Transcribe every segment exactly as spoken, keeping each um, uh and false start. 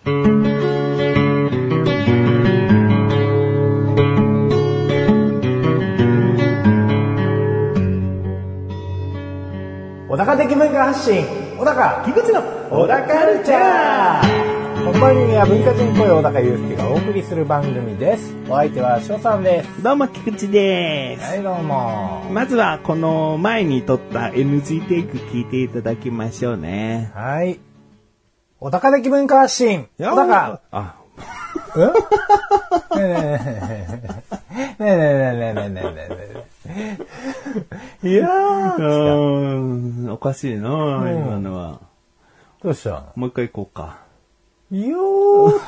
小高的文化発信、小高菊池の小高カルチャー。この番組は文化人っぽい小高祐介がお送りする番組です。お相手は翔さんです。 どうも菊池です。 はい、どうも。 まずはこの前に撮った エヌジー テイク聞いていただきましょうね。 はい。小高的文化発信、小高。あ、うん？ねえねえねえねえねえねえねえねえねえねえ。いやー、 おかしいな、うん、今のは。 どうしたの？ もう一回行こうか。 いよーって。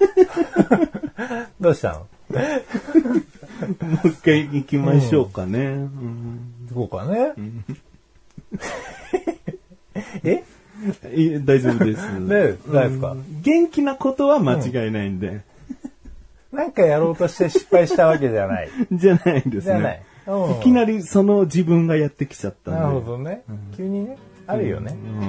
どうしたの？もう一回行きましょうかね。うん、 行こうかね。うん、え？ 大丈夫です。 大丈夫ですか？ 元気なことは間違いないんで。 うん、なんかやろうとして失敗したわけじゃない。 じゃないですね。じゃない。いきなりその自分がやってきちゃったんで。 なるほどね。うん、急にね、あるよね。うんうん、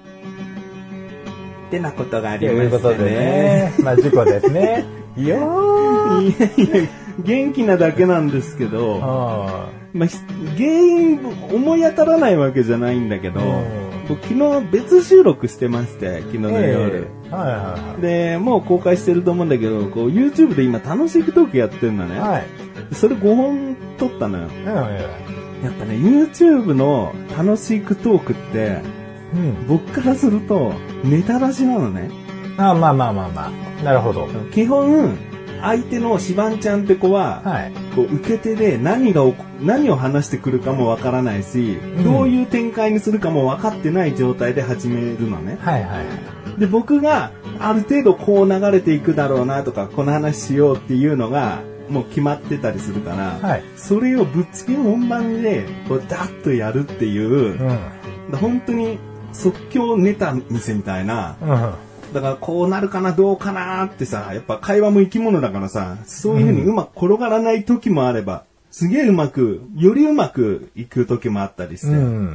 ってなことがありましたね。 ということでね。まあ事故ですね。いやー。 いやいや、元気なだけなんですけど、あまあ、原因思い当たらないわけじゃないんだけど、僕昨日別収録してまして、昨日の夜。えーはいはいはい、で、もう公開してると思うんだけど、こう YouTube で今楽しくトークやってんのね。はい、それごほん撮ったのよ。はいはいはい、やっぱね、YouTube の楽しくトークって、うん、僕からするとネタ出しなのね。 ああ、まあまあまあまあ。なるほど。 基本、相手のシバンちゃんって子は、はい、こう受け手で何が何を話してくるかもわからないし、うん、どういう展開にするかも分かってない状態で始めるのね。はいはい。で、僕がある程度こう流れていくだろうなとか、この話しようっていうのがもう決まってたりするから、はい、それをぶっつけ本番でこうダッとやるっていう、うん、本当に即興ネタ見せみたいな。うんだからこうなるかなどうかなってさ、やっぱ会話も生き物だからさ、そういう風にうまく転がらない時もあれば、すげえうまく、よりうまくいく時もあったりして。うん、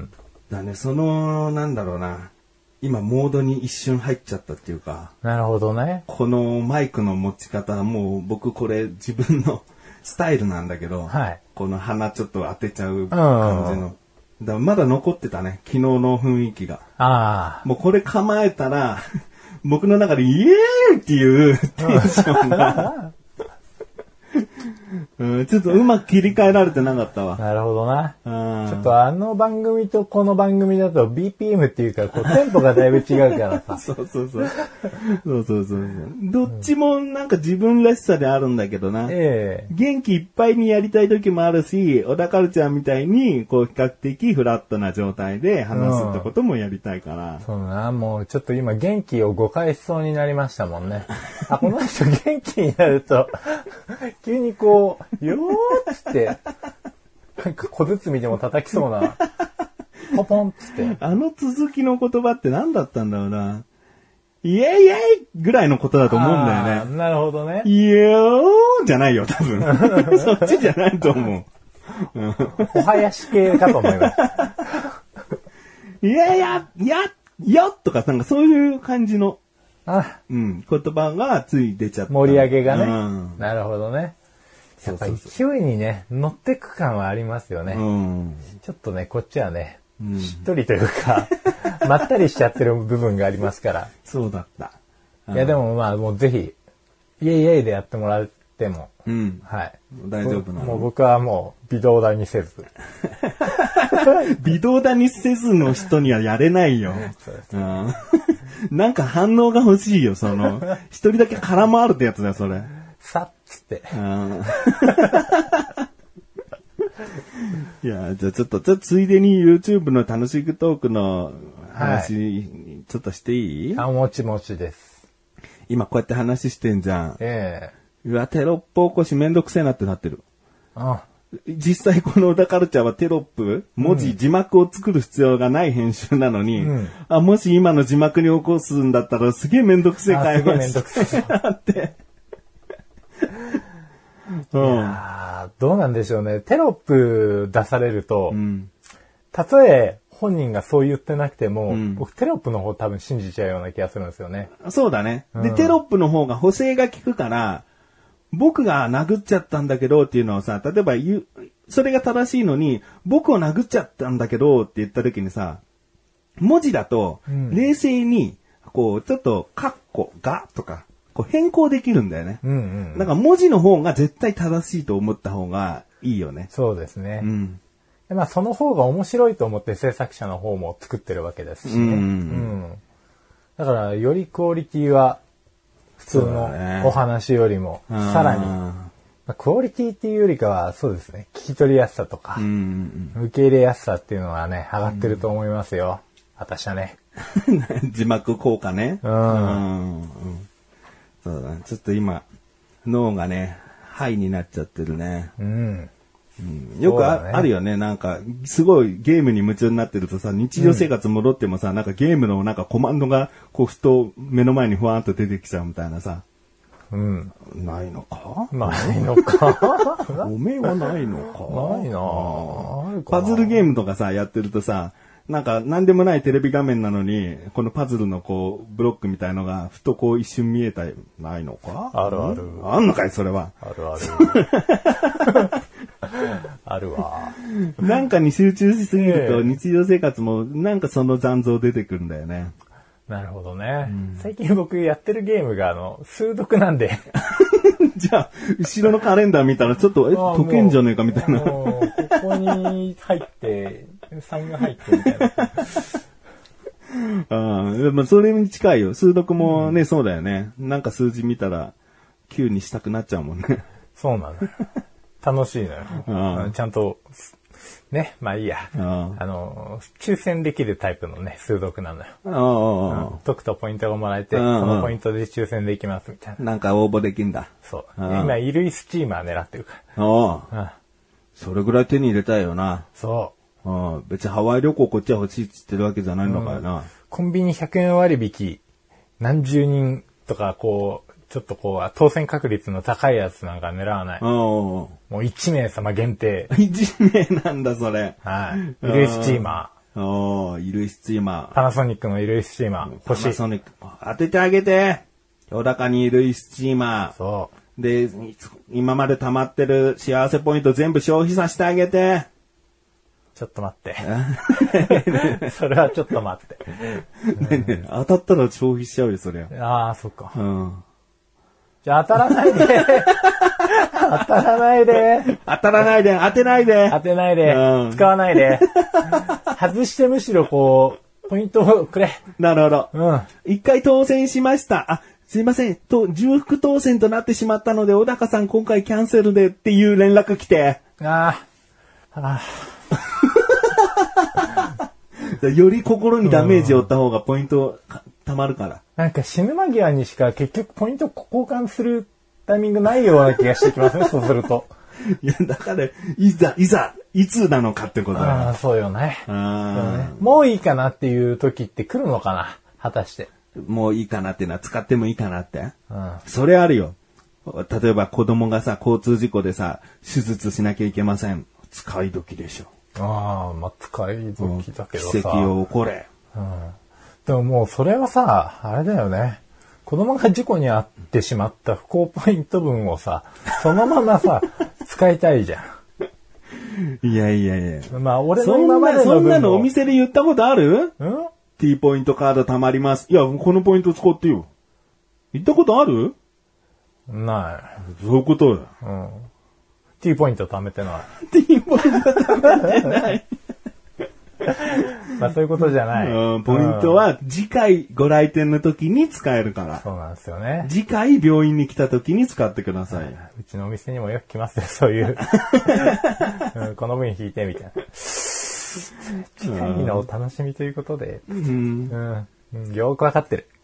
だね、その、なんだろうな、今モードに一瞬入っちゃったっていうか。 なるほどね。 このマイクの持ち方、もう僕これ自分のスタイルなんだけど、はい、この鼻ちょっと当てちゃう感じの。だまだ残ってたね、昨日の雰囲気が。ああ。もうこれ構えたら、僕の中でイエーイっていうテンションが、うん、ちょっとうまく切り替えられてなかったわ。 なるほどな。ちょっとあの番組とこの番組だと ビーピーエム っていうかこうテンポがだいぶ違うからさ。 そうそうそう。そうそうそう。どっちもなんか自分らしさであるんだけどな。ええ、元気いっぱいにやりたい時もあるし、小田カルチャーみたいにこう比較的フラットな状態で話すってこともやりたいから。 うん、そうな、もうちょっと今元気を誤解しそうになりましたもんね。あ、この人元気になると急にこうよーっつって、なんか小包でも叩きそうな、ポポンっつって。 あの続きの言葉って何だったんだろうな。イエイイエイぐらいのことだと思うんだよね。 なるほどね。 イエーじゃないよ、多分。そっちじゃないと思う。お囃子系かと思います。 いやいや、や、よとか、なんかそういう感じの、あうん、言葉がつい出ちゃった。 盛り上げがね。うん、なるほどね。やっぱ勢いにね、乗ってく感はありますよね。うん、ちょっとね、こっちはね、うん、しっとりというか、まったりしちゃってる部分がありますから。 そうだった。 いやでもまあもうぜひ、イエイイエイでやってもらっても、うん、はい。 大丈夫なの？ もう僕はもう微動だにせず。 微動だにせずの人にはやれないよ。うん、なんか反応が欲しいよ、その、一人だけ空回るってやつだよ、それ。 さっつって。 いや、じゃあちょっと、ちょっとついでに YouTube の楽しくトークの話、はい、ちょっとしていい？ あ、もちもちです。 今こうやって話してんじゃん。ええー。うわ、テロップ起こしめんどくせえなってなってる。あ実際この小田カルチャーはテロップ、文字、うん、字幕を作る必要がない編集なのに、うん、あ、もし今の字幕に起こすんだったらすげえめんどくせえ会話してなって。 うん、いやどうなんでしょうね。テロップ出されると、うん、たとえ本人がそう言ってなくても、うん、僕テロップの方多分信じちゃうような気がするんですよね。 そうだね。で、うん、テロップの方が補正が効くから、僕が殴っちゃったんだけどっていうのをさ、例えば言う、それが正しいのに、僕を殴っちゃったんだけどって言った時にさ、文字だと、冷静に、こう、ちょっと、カッコ、がとか、こう変更できるんだよね。 うんうん、 なんか文字の方が絶対正しいと思った方がいいよね。 そうですね。 うん。 でまあ、その方が面白いと思って制作者の方も作ってるわけですしね。うんうんうん、だから、よりクオリティは、普通のお話よりも、さらに、まあ、クオリティっていうよりかは、そうですね、聞き取りやすさとか、 うんうん、 受け入れやすさっていうのはね、上がってると思いますよ。私はね。 字幕効果ね。 うん。 うんうん、そうだね。ちょっと今、脳がね、ハイになっちゃってるね。 うんうん、よく あ,、ね、あるよね。なんか、すごいゲームに夢中になってるとさ、日常生活戻ってもさ、うん、なんかゲームのなんかコマンドが、こう、ふと目の前にふわーんと出てきちゃうみたいなさ。 うん。 ないのかないのかおめえはないのかないなぁ。 パズルゲームとかさ、やってるとさ、なんか何でもないテレビ画面なのに、このパズルのこう、ブロックみたいのが、ふとこう一瞬見えたり、ないのかあるある。 あんのかい、それは。 あるある。あるわ。 なんかに集中しすぎると、日常生活もなんかその残像出てくるんだよね。 なるほどね。うん、最近僕やってるゲームが、あの、数読なんで。 じゃあ、後ろのカレンダー見たらちょっと、え、解けんじゃねえかみたいな。 もうここに入って、さんが入ってみたいな。 ああ、まあ、それに近いよ。数読もね、うん、そうだよね。なんか数字見たら、きゅうにしたくなっちゃうもんね。 そうなの。楽しいのよ。ああちゃんと、ね、まあいいや。あ, あの、抽選できるタイプのね、数読なのよ。 ああ、 うん、解くとポイントがもらえて、そのポイントで抽選できますみたいな。 なんか応募できんだ。 そう。今、衣類スチーマー狙ってるから。ああ。それぐらい手に入れたいよな。 そう。 ああ別にハワイ旅行こっちは欲しいって言ってるわけじゃないのかよな。うん、 コンビニひゃくえん割引、何十人とか、こう、ちょっとこう、当選確率の高いやつなんか狙わない。 もういち名様限定。 いち名なんだ、それ。 はい。衣類スチーマー。おー、衣類スチーマー。 パナソニックの衣類スチーマー。欲しい。 パナソニック。当ててあげて。小高に衣類スチーマー。 そう。 で、今まで溜まってる幸せポイント全部消費させてあげて。 ちょっと待って。それはちょっと待って。 ねえねえ当たったら消費しちゃうよ、それ。 ああ、そっか。 うん。 じゃあ当たらないで。当たらないで。 当たらないで。当てないで。 当てないで。うん、使わないで。外してむしろこう、ポイントをくれ。 なるほど。 うん。 一回当選しました。あ、すいません。と、重複当選となってしまったので、小高さん今回キャンセルでっていう連絡来て。 ああ。ああ。より心にダメージを負った方がポイント貯まるから。 なんか死ぬ間際にしか結局ポイント交換するタイミングないような気がしてきますね、そうすると。 いや、だから、いざ、いざ、いつなのかってことだよ。 ああ、そうよね。 あね。もういいかなっていう時って来るのかな、果たして。 もういいかなっていうのは使ってもいいかなって。 うん、 それあるよ。例えば子供がさ、交通事故でさ、手術しなきゃいけません。使い時でしょ。 ああ、まあ、使い時だけどさ。 奇跡を起これ。 うん。でももうそれはさ、あれだよね。子供が事故に遭ってしまった不幸ポイント分をさ、そのままさ、使いたいじゃん。いやいやいや。 まあ俺の今までの分そんなのお店で言ったことある？ うん T ポイントカード貯まります。いや、このポイント使ってよ。言ったことある？ ない。 そういうことよ。 うん。T ポイント貯めてない。 T ポイント貯めてない。 まあそういうことじゃない。 うん、ポイントは次回ご来店の時に使えるから。 そうなんですよね。 次回病院に来た時に使ってください。 うちのお店にもよく来ますよ、そういう。うん、この分引いてみたいな。次回のお楽しみということで。 うん。 うん。よくわかってる。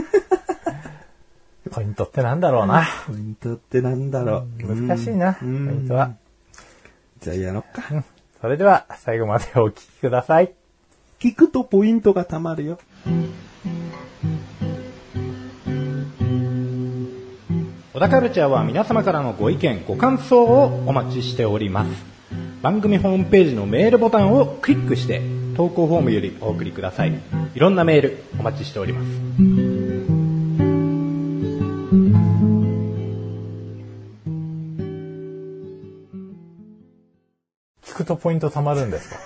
ポイントってなんだろうな。 ポイントってなんだろう。うん、難しいな、ポイントは。 じゃあやろっか。 うんそれでは最後までお聞きください。 聞くとポイントがたまるよ。 小田カルチャーは皆様からのご意見ご感想をお待ちしております。番組ホームページのメールボタンをクリックして投稿フォームよりお送りください。いろんなメールお待ちしております。聞くとポイント貯まるんですか？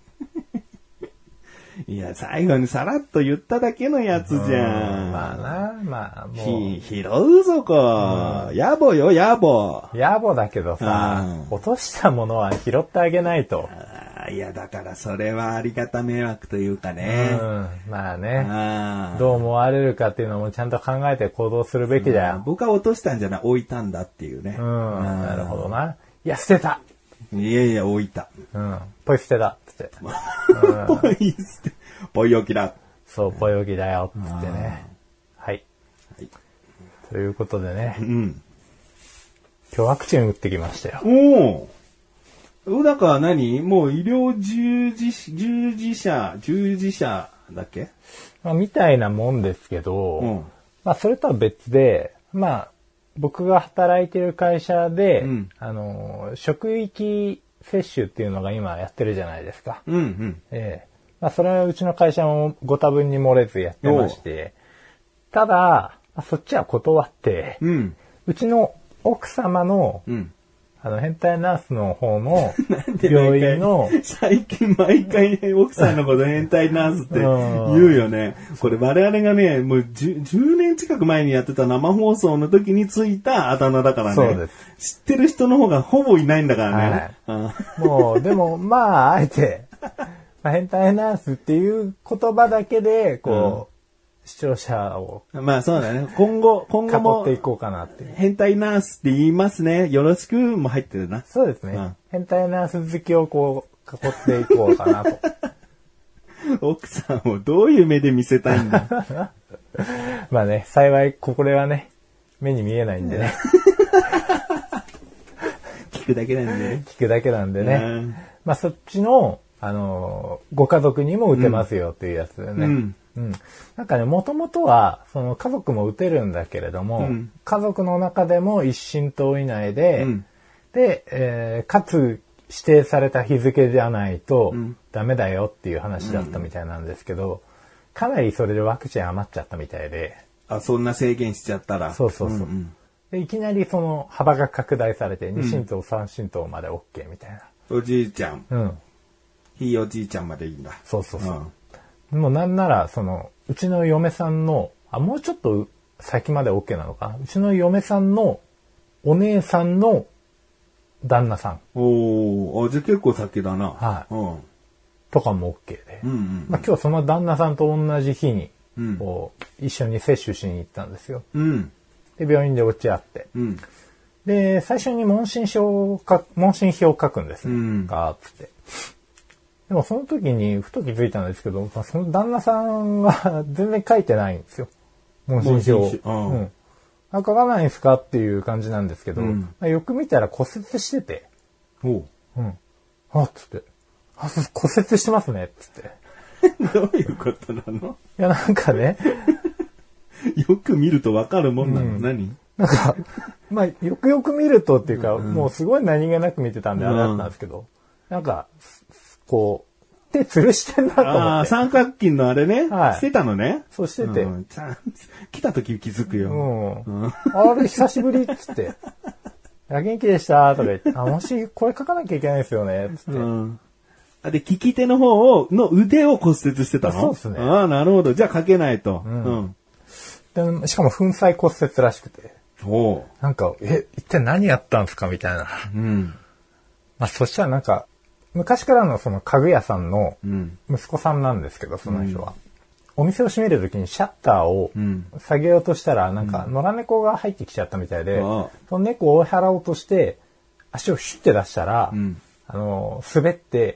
いや、最後にさらっと言っただけのやつじゃん。 まあな、まあもう。 ひ、拾うぞこ。野暮よ、野暮。 野暮だけどさ、落としたものは拾ってあげないと。 いや、だからそれはありがた迷惑というかね。 うん、まあねあ。どう思われるかっていうのもちゃんと考えて行動するべきだよ。うん、 僕は落としたんじゃない、置いたんだっていうね。 うん、なるほどな。いや、捨てた。 いやいや、置いた。 うん。ポイ捨てだ。つって。 ポイ捨て。ポイ置きだ。 そう、ポイ置きだよ。つってね。はい。はい。ということでね。うん。今日ワクチン打ってきましたよ。 おお。だから何もう医療従事、従事者、従事者だっけ？ まあ、みたいなもんですけど、うん、まあ、それとは別で、まあ、僕が働いてる会社で、うん、あの、職域接種っていうのが今やってるじゃないですか。うんうん、ええまあ、それはうちの会社もご多分に漏れずやってまして、ただ、まあ、そっちは断って、うん、うちの奥様の、うんあの、変態ナースの方の病院の。 最近毎回奥さんのこと変態ナースって言うよね。これ我々がね、もう 10, じゅうねん近く前にやってた生放送の時についたあだ名だからね。そうです。知ってる人の方がほぼいないんだからね。 はい、もう、でもまあ、あえて、まあ、変態ナースっていう言葉だけで、こう、うん視聴者を。 まあそうだね。今後、今後も。 囲っていこうかなっていう。 変態ナースって言いますね。よろしくも入ってるな。 そうですね。うん、変態ナース好きをこう、囲っていこうかなと。 奥さんをどういう目で見せたいんだまあね、幸い、これはね、目に見えないんでね。 聞くだけなんでね。 聞くだけなんでね。まあそっちの、あのー、ご家族にも打てますよっていうやつでね。うんうんうん、なんかね、もともとは、その家族も打てるんだけれども、うん、家族の中でも一親等以内で、うん、で、えー、かつ指定された日付じゃないとダメだよっていう話だったみたいなんですけど、うん、かなりそれでワクチン余っちゃったみたいで。 あ、そんな制限しちゃったら。 そうそうそう。うんうん、でいきなりその幅が拡大されて、二親等、三親等まで OK みたいな。 おじいちゃん。うん。ひいおじいちゃんまでいいんだ。 そうそうそう。うんもうなんなら、その、うちの嫁さんの、あ、もうちょっと先まで OK なのかな。うちの嫁さんのお姉さんの旦那さん。 おー、あ、じゃあ結構先だな。 はい。うん。とかも OK で。うんうんうん、まあ、今日その旦那さんと同じ日に、うん、こう一緒に接種しに行ったんですよ。うん。で、病院で落ち合って。うん。で、最初に問診票を書、問診票を書くんですね。うん。ガーッつって。でもその時にふと気づいたんですけど、その旦那さんは全然書いてないんですよ。問診票。うん。あ、書かないんですかっていう感じなんですけど、うん、よく見たら骨折してて。おう。うん。あっつって。あ、骨折してますねっつって。 どういうことなの？ いやなんかね。 よく見るとわかるもんなの、うん、何？ なんか、まあよくよく見るとっていうか、うん、もうすごい何気なく見てたんであれだったんですけど、うん、なんか、こう、手吊るしてんなと思って。ああ、 三角筋のあれね。はい。してたのね。 そうしてて。 うん、来た時気づくよ。 うん。うん、あれ、久しぶりっつって。いや、元気でしたとか言って。あ、もし、これ書かなきゃいけないですよね。つって。うん。 あ、で、利き手の方を、の腕を骨折してたの？ そうですね。 ああ、なるほど。じゃあ書けないと。うん。 うん、でしかも、粉砕骨折らしくて。おなんか、え、一体何やったんですかみたいな。うん。まあ、そしたらなんか、昔からのその家具屋さんの息子さんなんですけど、その人は。お店を閉めるときにシャッターを下げようとしたら、なんか野良猫が入ってきちゃったみたいで、その猫を追い払おうとして、足をシュッて出したら、あの、滑って、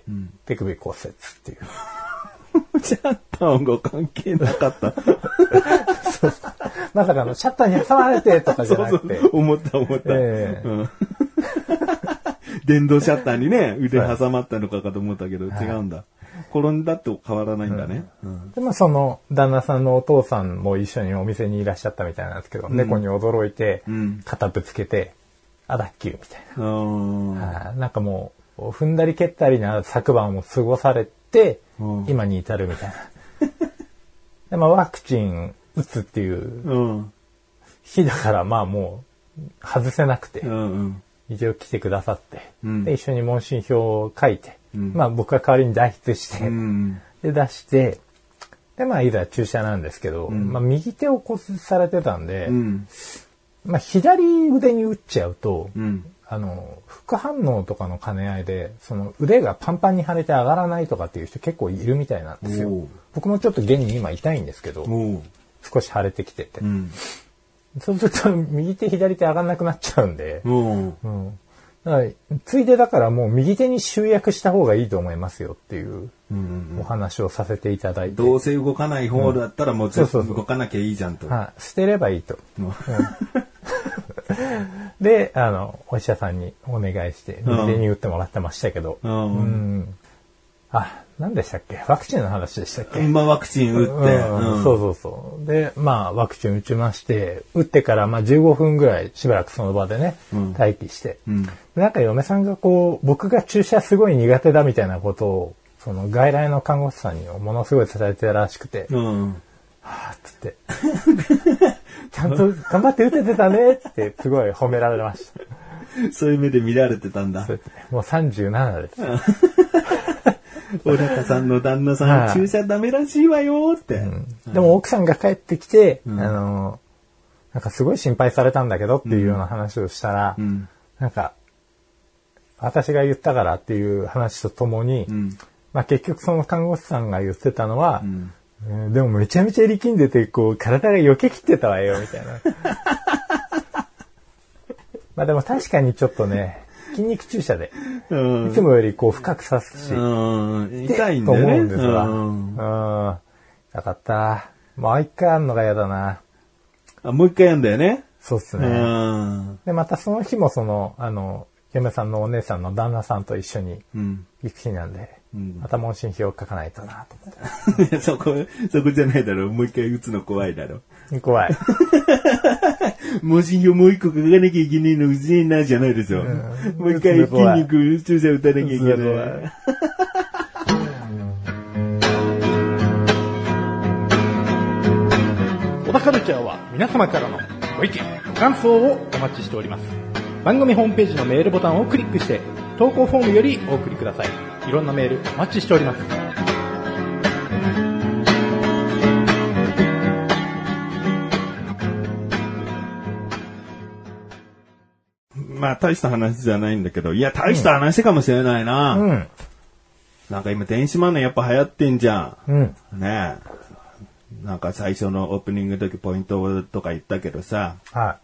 手首骨折っていう。 シャッターが関係なかった。 そうまさかのシャッターに挟まれてとかじゃなくて。 そうそう思った思った。えーうん電動シャッターにね、腕挟まったのかかと思ったけど、はい、違うんだ。転んだって変わらないんだね。うんうん、 でもその旦那さんのお父さんも一緒にお店にいらっしゃったみたいなんですけど、うん、猫に驚いて、うん、肩ぶつけて、あ、脱臼みたいな。はあ、なんかもう、踏んだり蹴ったりな昨晩を過ごされ 、今に至るみたいな。でまあ、ワクチン打つっていう日だから、まあもう外せなくて、一応来てくださって、で一緒に問診票を書いて、まあ僕が代わりに代筆して、で出して、でまあいざ注射なんですけど、まあ右手を骨折されてたんで、まあ左腕に打っちゃうと、あの副反応とかの兼ね合いでその腕がパンパンに腫れて上がらないとかっていう人結構いるみたいなんですよ。僕もちょっと現に今痛いんですけど、少し腫れてきてて、うん、そうすると右手左手上がんなくなっちゃうんで、うんうん、だからついでだからもう右手に集約した方がいいと思いますよっていうお話をさせていただいて、 どうせ動かない方だったらもうずっと動かなきゃいいじゃんと、 はい、捨てればいいと。で、あの、お医者さんにお願いして、右手に打ってもらってましたけど。うんうん、あ、何でしたっけ？ワクチンの話でしたっけ？ まあ、ワクチン打って、 うんうん。そうそうそう。で、まあ、ワクチン打ちまして、打ってからまあじゅうごふんぐらいしばらくその場でね、うん、待機して、うん。なんか嫁さんがこう、僕が注射すごい苦手だみたいなことを、その外来の看護師さんにものすごい伝えてたらしくて、うん、はぁ、つって。ちゃんと頑張って打ててたねってすごい褒められました。 そういう目で見られてたんだ。 もうさんじゅうななです。 小高さんの旦那さん、注射ダメらしいわよって、 うん。でも奥さんが帰ってきて、うん、あの、なんかすごい心配されたんだけどっていうような話をしたら、うん、なんか、私が言ったからっていう話とともに、うん、まあ結局その看護師さんが言ってたのは、うんでもめちゃめちゃ力んでて、こう、体が避けきってたわよ、みたいな。まあでも確かにちょっとね、筋肉注射で、うん、いつもよりこう深く刺すし、 うん、痛いんだよね。と思うんですわ。うん。 うん痛かった。もう一回あんのが嫌だな。 あ、もう一回やんだよね。 そうっすね。うん。で、またその日もその、あの、嫁さんのお姉さんの旦那さんと一緒に行く日なんで、うん、また問診票を書かないとなと思って。 そこ、そこじゃないだろう。もう一回打つの怖いだろ。 怖い。 問診票もう一個書かなきゃいけないのうぜえなじゃないですよ。うん、もう一回筋肉注射打たなきゃいけない。 小田カルチャーは皆様からのご意見、ご感想をお待ちしております。番組ホームページのメールボタンをクリックして投稿フォームよりお送りください。いろんなメールお待ちしております。 まあ大した話じゃないんだけど、いや大した話かもしれないな。うん、なんか今電子マネーやっぱ流行ってんじゃん。うん、ねえ。なんか最初のオープニングの時ポイントとか言ったけどさ。はい。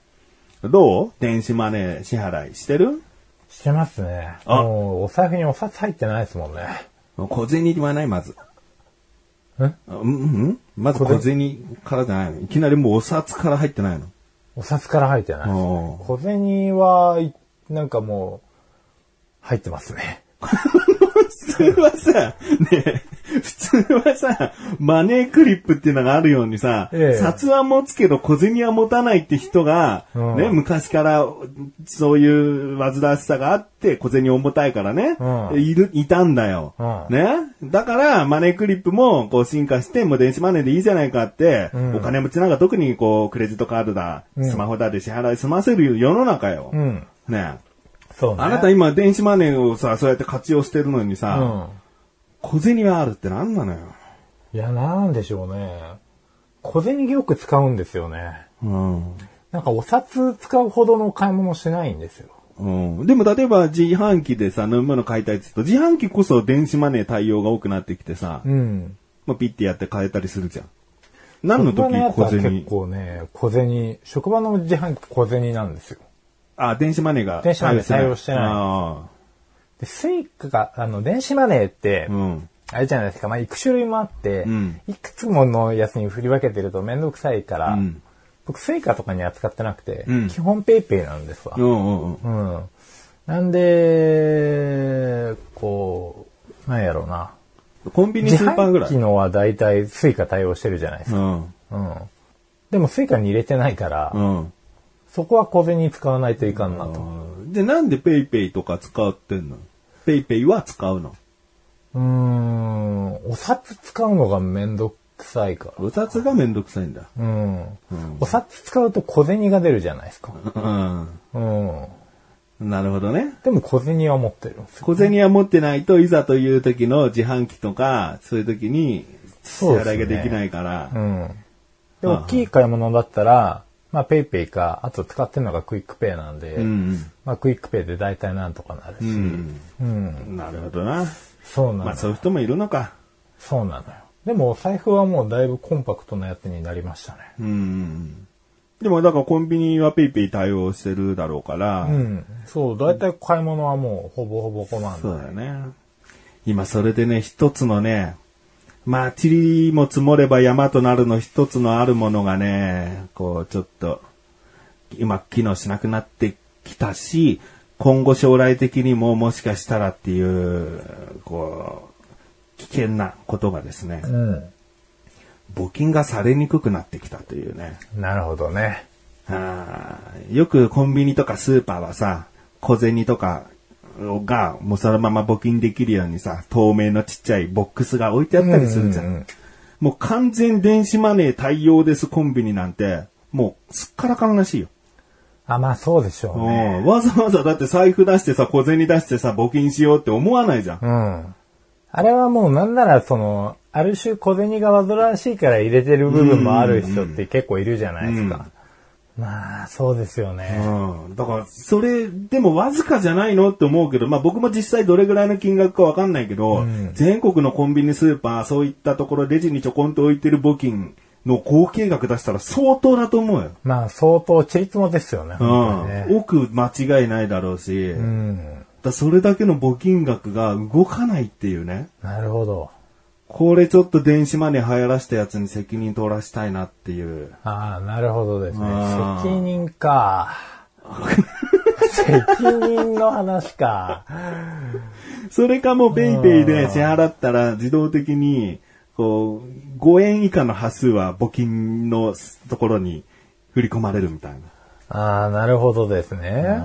どう？電子マネー支払いしてる？ してますね。もうお財布にお札入ってないですもんね。 小銭はないまず。 え？ うんうんまず小銭からじゃないの。いきなりもうお札から入ってないの。 お札から入ってないですね。小銭は、なんかもう、入ってますね。 普通はさ、ね普通はさ、マネークリップっていうのがあるようにさ、ええ、札は持つけど小銭は持たないって人が、うん、ね、昔からそういう煩わしさがあって小銭重たいからね、うん、いる、いたんだよ、うん。ね。だからマネークリップもこう進化して、もう電子マネーでいいじゃないかって、うん、お金持ちなんか特にこうクレジットカードだ、スマホだで支払い済ませる世の中よ。うん、ね。そうね。あなた今電子マネーをさ、そうやって活用してるのにさ、うん小銭はあるって何なのよ。 いや、なんでしょうね。小銭よく使うんですよね。うん。なんかお札使うほどの買い物しないんですよ。 うん。でも例えば自販機でさ、飲むもの買いたいって言うと、自販機こそ電子マネー対応が多くなってきてさ、うん。まあ、ピッてやって買えたりするじゃん。何の時小銭？ 結構ね、小銭、職場の自販機小銭なんですよ。 あ、電子マネーが電子マネー対応してない。ああ。で、スイカが、あの、電子マネーって、うん、あれじゃないですか、まあ、いく種類もあって、うん、いくつものやつに振り分けてるとめんどくさいから、うん、僕スイカとかに扱ってなくて、うん、基本ペイペイなんですわ。うんうんうんうん、なんで、こう、なんやろうな。 コンビニスーパーぐらい。 自販機のはだいたいスイカ対応してるじゃないですか。うんうん、でもスイカに入れてないから、うんそこは小銭使わないといかんなと。 で、なんでペイペイとか使ってんの？ペイペイは使うの？ うーん、お札使うのがめんどくさいから。 お札がめんどくさいんだ。 うん。うん、お札使うと小銭が出るじゃないですか。 うん。うん。なるほどね。 でも小銭は持ってるんですよ、ね。 小銭は持ってないといざという時の自販機とか、そういう時に支払いができないから。 うね、うん。で、大きい買い物だったら、まあ、ペイペイか、あと使ってるのがクイックペイなんで、うん、まあ、クイックペイで大体なんとかなるし。うん。 うん、なるほどな。 そうなの。 まあ、そういう人もいるのか。 そうなのよ。でも、お財布はもうだいぶコンパクトなやつになりましたね。 うん。でも、だからコンビニはペイペイ対応してるだろうから。 うん。そう、大体買い物はもうほぼほぼこなんで。 そうだよね。今、それでね、一つのね、まあ、塵も積もれば山となるの一つのあるものがね、こう、ちょっと、今、機能しなくなってきたし、今後将来的にももしかしたらっていう、こう、危険なことがですね、うん、募金がされにくくなってきたというね。 なるほどね。 あよくコンビニとかスーパーはさ、小銭とか、が、もうそのまま募金できるようにさ、透明のちっちゃいボックスが置いてあったりするじゃん。うんうんうん、もう完全電子マネー対応ですコンビニなんて、もうすっからかんらしいよ。 あ、まあそうでしょうね。 わざわざだって財布出してさ、小銭出してさ、募金しようって思わないじゃん。 うん。あれはもうなんならその、ある種小銭が煩わしいから入れてる部分もある人って結構いるじゃないですか。うんうんまあ、そうですよね。 うん。だから、それ、でもわずかじゃないのって思うけど、まあ僕も実際どれぐらいの金額かわかんないけど、うん、全国のコンビニスーパー、そういったところレジにちょこんと置いてる募金の合計額出したら相当だと思うよ。 まあ相当ちりつもですよね。 うん。ね、奥間違いないだろうし、うん、だそれだけの募金額が動かないっていうね。 なるほど。 これちょっと電子マネー流行らしたやつに責任取らしたいなっていう。 ああ、なるほどですね。責任か。責任の話か。 それかもうペイペイで支払ったら自動的に、こう、ごえん以下の端数は募金のところに振り込まれるみたいな。ああ、なるほどですね。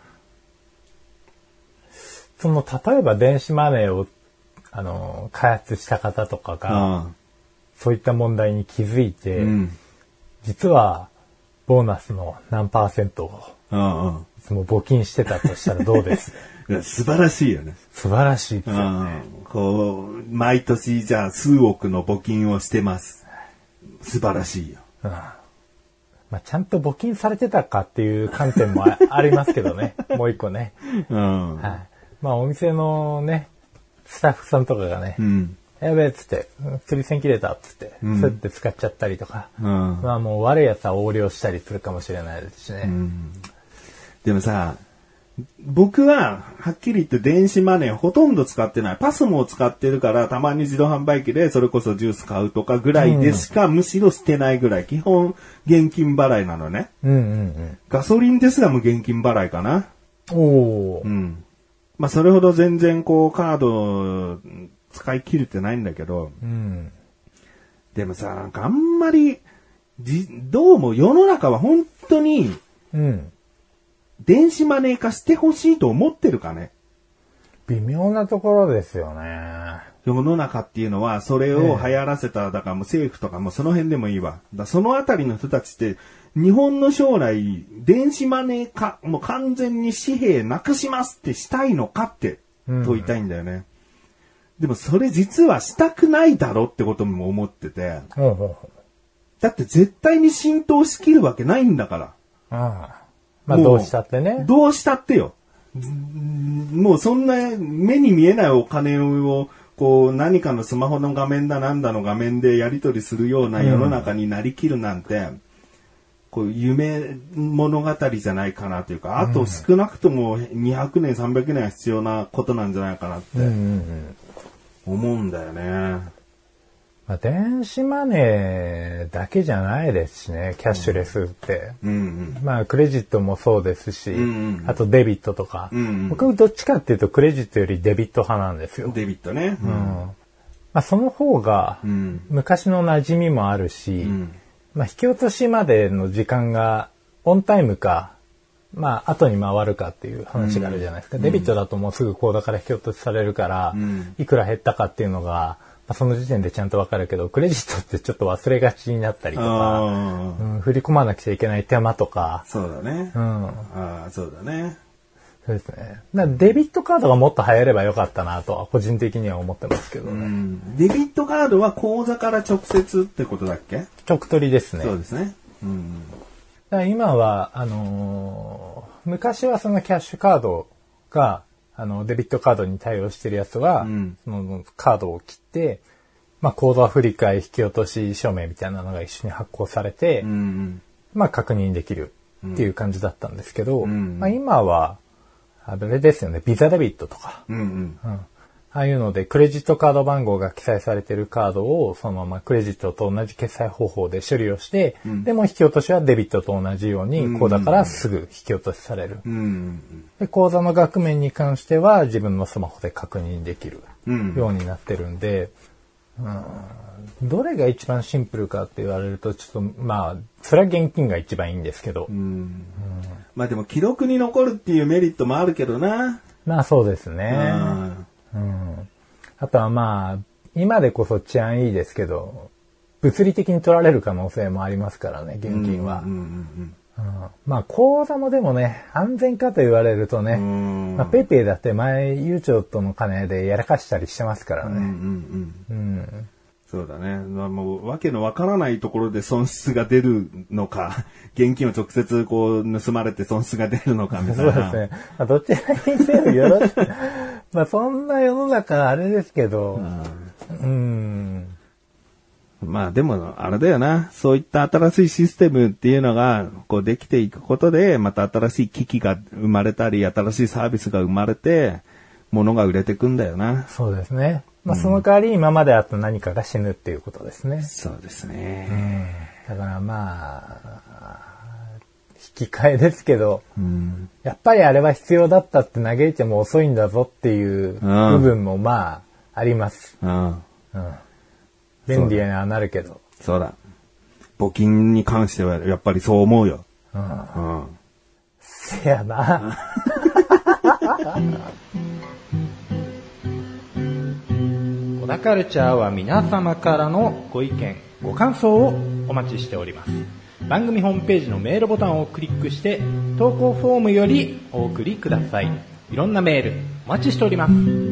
その、例えば電子マネーをあの、開発した方とかが、そういった問題に気づいて、うん、実は、ボーナスの何パーセントを、いつも募金してたとしたらどうです素晴らしいよね。 素晴らしいですよね。 こう、毎年じゃあ数億の募金をしてます。素晴らしいよ。うんまあ、ちゃんと募金されてたかっていう観点も あ, ありますけどね。もう一個ね。うんはい、まあ、お店のね、スタッフさんとかがね、うん、やべえっつって、釣り線切れたっつって、うん、そうやって使っちゃったりとか、うん、まあもう悪いやつは横領したりするかもしれないですしね。うん、 でもさ、僕ははっきり言って電子マネーほとんど使ってない。パスモを使ってるからたまに自動販売機でそれこそジュース買うとかぐらいでしか、うん、むしろしてないぐらい。基本現金払いなのね。うんうんうん、ガソリンですらも現金払いかな。おー。うんまあ、それほど全然こうカード使い切れてないんだけど、うん、でもさ、なんかあんまり、じ、どうも世の中は本当に、うん、電子マネー化してほしいと思ってるかね。 微妙なところですよね。 世の中っていうのは、それを流行らせた、だからもう政府とかもその辺でもいいわ。だそのあたりの人たちって、日本の将来、電子マネー化、もう完全に紙幣なくしますってしたいのかって問いたいんだよね。うん、でもそれ実はしたくないだろってことも思ってて。うん、だって絶対に浸透しきるわけないんだから。 ああまあどうしたってね。 どうしたってよ。もうそんな目に見えないお金を、こう何かのスマホの画面だなんだの画面でやり取りするような世の中になりきるなんて、うんこう夢物語じゃないかなというか、あと少なくともにひゃくねんさんびゃくねんは必要なことなんじゃないかなって思うんだよね。 まあ、電子マネーだけじゃないですしね、キャッシュレスって。うんうん、まあクレジットもそうですし、うんうん、あとデビットとか、うんうん。僕どっちかっていうとクレジットよりデビット派なんですよ。 デビットね。うんまあ、その方が昔の馴染みもあるし、うんまあ、引き落としまでの時間がオンタイムか、 まあ、後に回るかっていう話があるじゃないですか。うん、デビットだともうすぐ口座から引き落としされるから、うん、いくら減ったかっていうのが、まあ、その時点でちゃんとわかるけど、クレジットってちょっと忘れがちになったりとか、うん、振り込まなくちゃいけない手間とか。 そうだね。うん。ああ、そうだね。 そうですね。だデビットカードがもっと流行ればよかったなとは、個人的には思ってますけどね。うん、 デビットカードは口座から直接ってことだっけ？ 直取りですね。 そうですね。うん、 だ今は、あのー、昔はそのキャッシュカードが、あの、デビットカードに対応してるやつは、うん、そのカードを切って、まあ、口座振替引き落とし証明みたいなのが一緒に発行されて、うん、まあ、確認できるっていう感じだったんですけど、うん、まあ、今は、あれですよね、ビザデビットとか、うんうんうん、ああいうのでクレジットカード番号が記載されているカードをそのままクレジットと同じ決済方法で処理をして、うん、でも引き落としはデビットと同じように口座からすぐ引き落としされる、うんうん、で口座の額面に関しては自分のスマホで確認できるようになってるんで、うん、どれが一番シンプルかって言われるとちょっとまあそれは現金が一番いいんですけど、うんうん、 まあでも記録に残るっていうメリットもあるけどな。 まあそうですね。うん、あとはまあ今でこそ治安いいですけど物理的に取られる可能性もありますからね、現金は。うんうんうんうんうん、まあ口座もでもね安全かと言われるとね、まあ、ペイペイだって前ゆうちょとの金でやらかしたりしてますからね。うんうんうん、うんそうだね。もう、わけのわからないところで損失が出るのか、現金を直接こう、盗まれて損失が出るのかみたいな。 そうですね。まあ、どちらにせよよろしく。まあ、そんな世の中あれですけど、うん。 まあ、でも、あれだよな。そういった新しいシステムっていうのが、こう、できていくことで、また新しい機器が生まれたり、新しいサービスが生まれて、物が売れてくんだよな。 そうですね。まあ、その代わり今まであった何かが死ぬっていうことですね。 そうですね。 うん、だからまあ、引き換えですけど、うん、やっぱりあれは必要だったって嘆いても遅いんだぞっていう部分もまあ、あります。うんうん、便利にはなるけど。 そうだ。募金に関してはやっぱりそう思うよ。うんうん、せやな。小田カルチャーは皆様からのご意見、ご感想をお待ちしております。番組ホームページのメールボタンをクリックして投稿フォームよりお送りください。いろんなメールお待ちしております。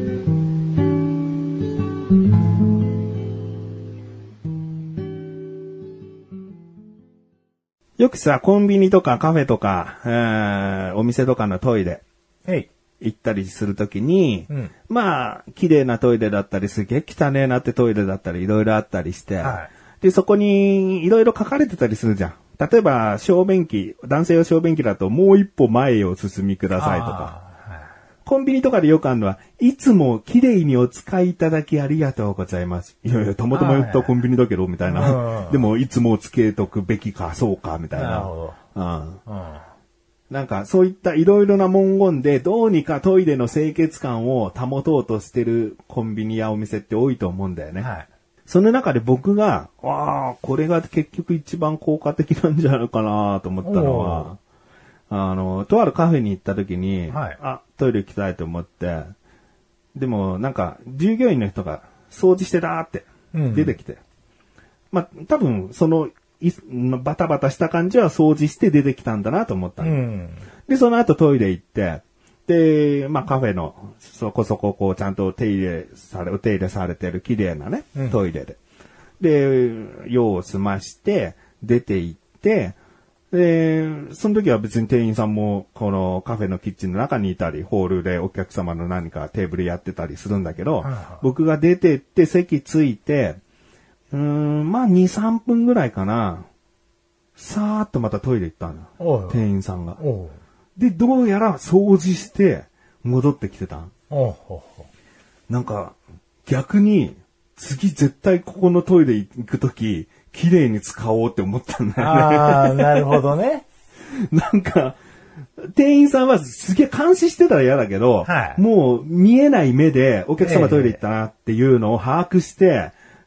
よくさ、コンビニとかカフェとか、えー、お店とかのトイレ。 はい。 行ったりするときに、うん、まあ、綺麗なトイレだったり、すげえ汚ねえなってトイレだったり、いろいろあったりして、はい、で、そこにいろいろ書かれてたりするじゃん。例えば、小便器、男性用小便器だともう一歩前へお進みくださいとか、はい、コンビニとかでよくあるのは、いつも綺麗にお使いいただきありがとうございます。いやいや、たまたま言ったコンビニだけど、みたいな。でも、いつもつけとくべきか、そうか、みたいな。なるほど。うんうんなんかそういったいろいろな文言でどうにかトイレの清潔感を保とうとしてるコンビニやお店って多いと思うんだよね。はい、その中で僕が、わあ、これが結局一番効果的なんじゃないかなと思ったのは、あの、とあるカフェに行った時に、はい、あ、トイレ行きたいと思って、でもなんか従業員の人が掃除してたって出てきて、うん、まあ多分そのバタバタした感じは掃除して出てきたんだなと思ったの、うん、で、その後トイレ行って、で、まあカフェのそこそここうちゃんと手入れされ、お手入れされてる綺麗なね、うん、トイレで。で、用を済まして出て行って、で、その時は別に店員さんもこのカフェのキッチンの中にいたり、ホールでお客様の何かテーブルやってたりするんだけど、はいはい、僕が出て行って席ついて、うーん、まあ、に、さんぷんぐらいかな。さーっとまたトイレ行ったの。店員さんが。で、どうやら掃除して戻ってきてたん。なんか、逆に、次絶対ここのトイレ行くとき、綺麗に使おうって思ったんだよね。 ああ、なるほどね。 なんか、店員さんはすげえ監視してたら嫌だけど、はい、もう見えない目でお客様トイレ行ったなっていうのを把握して、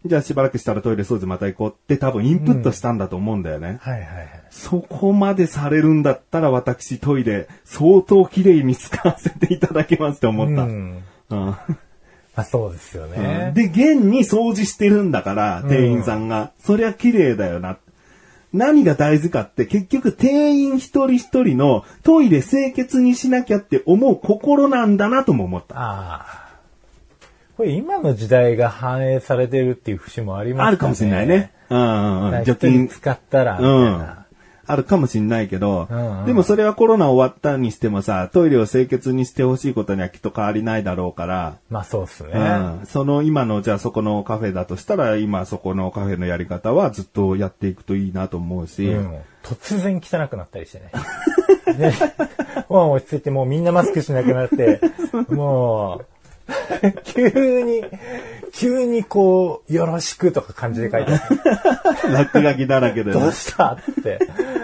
じゃあしばらくしたらトイレ掃除また行こうって多分インプットしたんだと思うんだよね。 うん、はいはいはい。 そこまでされるんだったら私トイレ相当綺麗に使わせていただきますって思った。うん。うんまあ、そうですよね。 うん、で、現に掃除してるんだから、店員さんが。うん、そりゃ綺麗だよな。何が大事かって結局店員一人一人のトイレ清潔にしなきゃって思う心なんだなとも思った。ああ。 これ今の時代が反映されてるっていう節もありますかね。 あるかもしれないね。うんうんうん。 除菌使ったらみたいな。うんあるかもしれないけど、うんうん、でもそれはコロナ終わったにしてもさ、トイレを清潔にしてほしいことにはきっと変わりないだろうから。 まあそうっすね。 うん。その今のじゃあそこのカフェだとしたら、今そこのカフェのやり方はずっとやっていくといいなと思うし。うん、 突然汚くなったりしてね。ねもう落ち着いてもうみんなマスクしなくなって、もう、急に、急にこう、よろしくとか漢字で書いてある。落書きだらけで、 ね。どうしたって。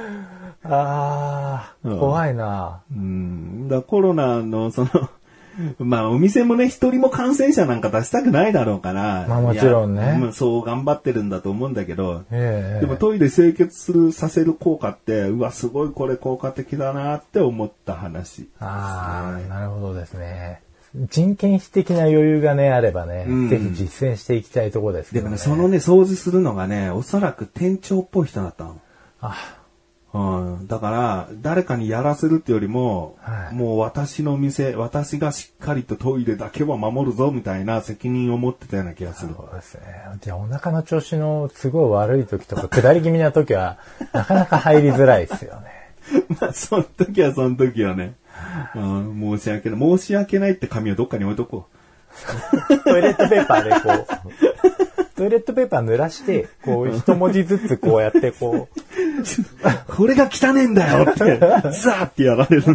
ああ、怖いな。 うん。だコロナのその、まあお店もね、一人も感染者なんか出したくないだろうから。 まあもちろんね。 そう頑張ってるんだと思うんだけど。 えー、 でもトイレ清潔する、させる効果って、うわ、すごいこれ効果的だなって思った話。 ああ、なるほどですね。人件費的な余裕がね、あればね、うん、ぜひ実践していきたいところですけどね。 でもね、そのね、掃除するのがね、おそらく店長っぽい人だったの。 あうん、だから、誰かにやらせるってよりも、はい、もう私の店、私がしっかりとトイレだけは守るぞ、みたいな責任を持ってたような気がする。 そうですね。じゃあお腹の調子のすごい悪い時とか、下り気味な時は、なかなか入りづらいですよね。 まあ、その時はその時はね。うん、申し訳ない。申し訳ないって紙をどっかに置いとこう。トイレットペーパーでこう、トイレットペーパー濡らして、こう、一文字ずつこうやってこう。これが汚ねえんだよって、ザーってやられる。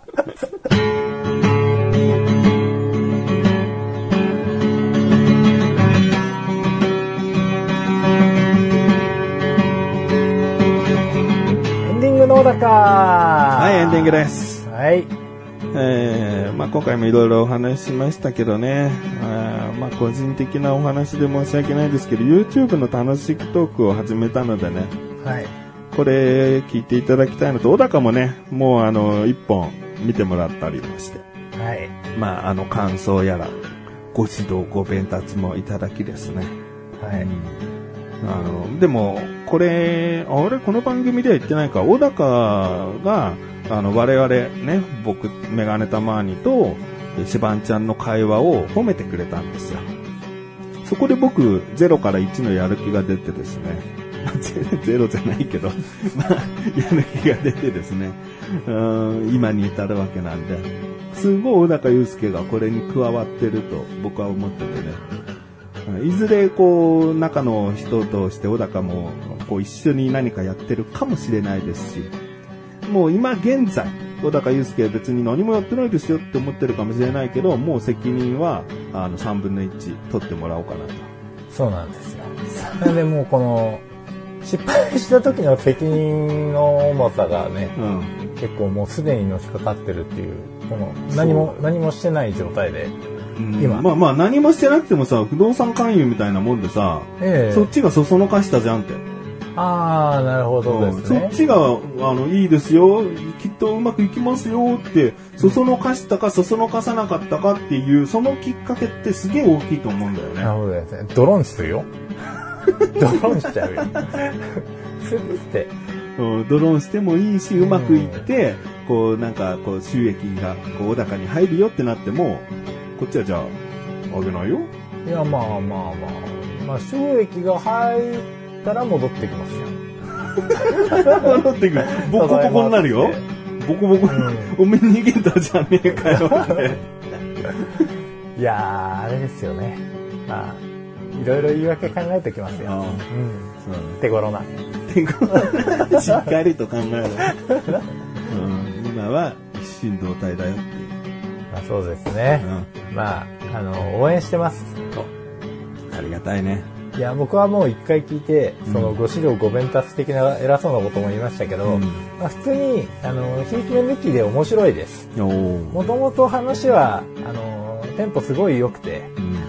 エンディングの小高。 はい、エンディングです。 はい。 えー、まあ今回もいろいろお話ししましたけどね、あまあ個人的なお話で申し訳ないですけど、YouTube の楽しくトークを始めたのでね、 はい。 これ聞いていただきたいのと、小高もね、もうあの、一本見てもらったりもして、 はい。 まああの感想やら、ご指導ご鞭達もいただきですね。 はい。うん、 あの、でも、これ、あれ、この番組では言ってないか、小高が、あの、我々ね、僕、メガネたまーにと、シバンちゃんの会話を褒めてくれたんですよ。そこで僕、ゼロからいちのやる気が出てですね、ゼロじゃないけど、まあ、やる気が出てですね、うん今に至るわけなんで、すごい小高祐介がこれに加わってると僕は思っててね、いずれこう、中の人として小高もこう一緒に何かやってるかもしれないですし、もう今現在、小高祐介は別に何もやってないですよって思ってるかもしれないけど、もう責任はあのさんぶんのいち取ってもらおうかなと。 そうなんですよ。それでもうこの失敗した時の責任の重さがね、うん、結構もうすでにのしかかってるっていう、この何も何もしてない状態で。 うん、今まあまあ何もしてなくてもさ、不動産勧誘みたいなもんでさ、ええ、そっちがそそのかしたじゃんって。 ああ、なるほどですね。 そっちが、あの、いいですよ、きっとうまくいきますよって、そそのかしたか、そそのかさなかったかっていう、そのきっかけってすげえ大きいと思うんだよね。 なるほどですね。ドローンするよ。ドローンしちゃうよ。すぐって。 ドローンしてもいいし、うまくいって、こう、なんか、こう、収益が、こう、小高に入るよってなっても、こっちはじゃあ、あげないよ。 いや、まあまあまあ。まあ、収益が入ったら戻ってきますよ。 戻ってくる。ボコボコになるよ。ボコボコ、うん、おめ逃げたじゃねえかよ。 いやー、あれですよね。まあ、いろいろ言い訳考えてきますよ。うん。うん、手頃な。 手頃な。しっかりと考える。うん、今は一心同体だよっていう。 まあそうですね。うん、まあ、あの、応援してます。 ありがたいね。 いや、僕はもう一回聞いて、そのご指導ご鞭達的な偉そうなことも言いましたけど、うん、まあ、普通に、あの、ひいき目抜きで面白いです。もともと話は、あの、テンポすごい良くて、うん、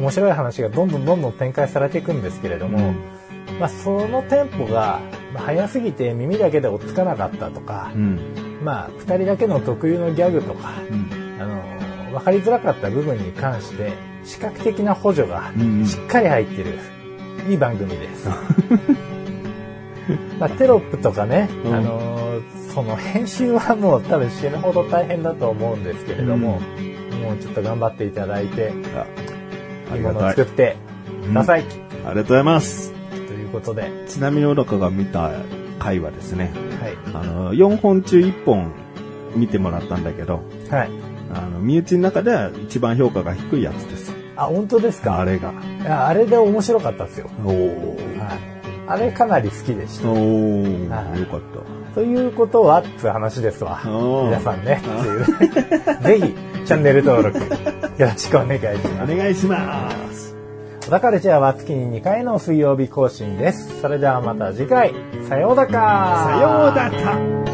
面白い話がどんどんどんどん展開されていくんですけれども、うんまあ、そのテンポが早すぎて耳だけで追っつかなかったとか、うん、まあふたりだけの特有のギャグとか、うん、あの分かりづらかった部分に関して視覚的な補助がしっかり入ってる、うん、いい番組です。まあ、テロップとかね、うん、あのその編集はもう多分死ぬほど大変だと思うんですけれども、うん、もうちょっと頑張っていただいていいものを作ってください、うん、 ありがとうございます。 ということで、 ちなみに小高が見た回はですね、はい、あのよんほん中いっぽん見てもらったんだけど、はい、あの身内の中では一番評価が低いやつです。 あ、本当ですか？ あれが。 いや、あれで面白かったですよ。 おー、 はい、あれかなり好きでした。 おー、はい、よかった。 ということはっていう話ですわ。皆さんね、ぜひチャンネル登録よろしくお願いします。 お願いします。 小田カルチャーは月ににかいの水曜日更新です。それではまた次回、さようだか。 さようだか。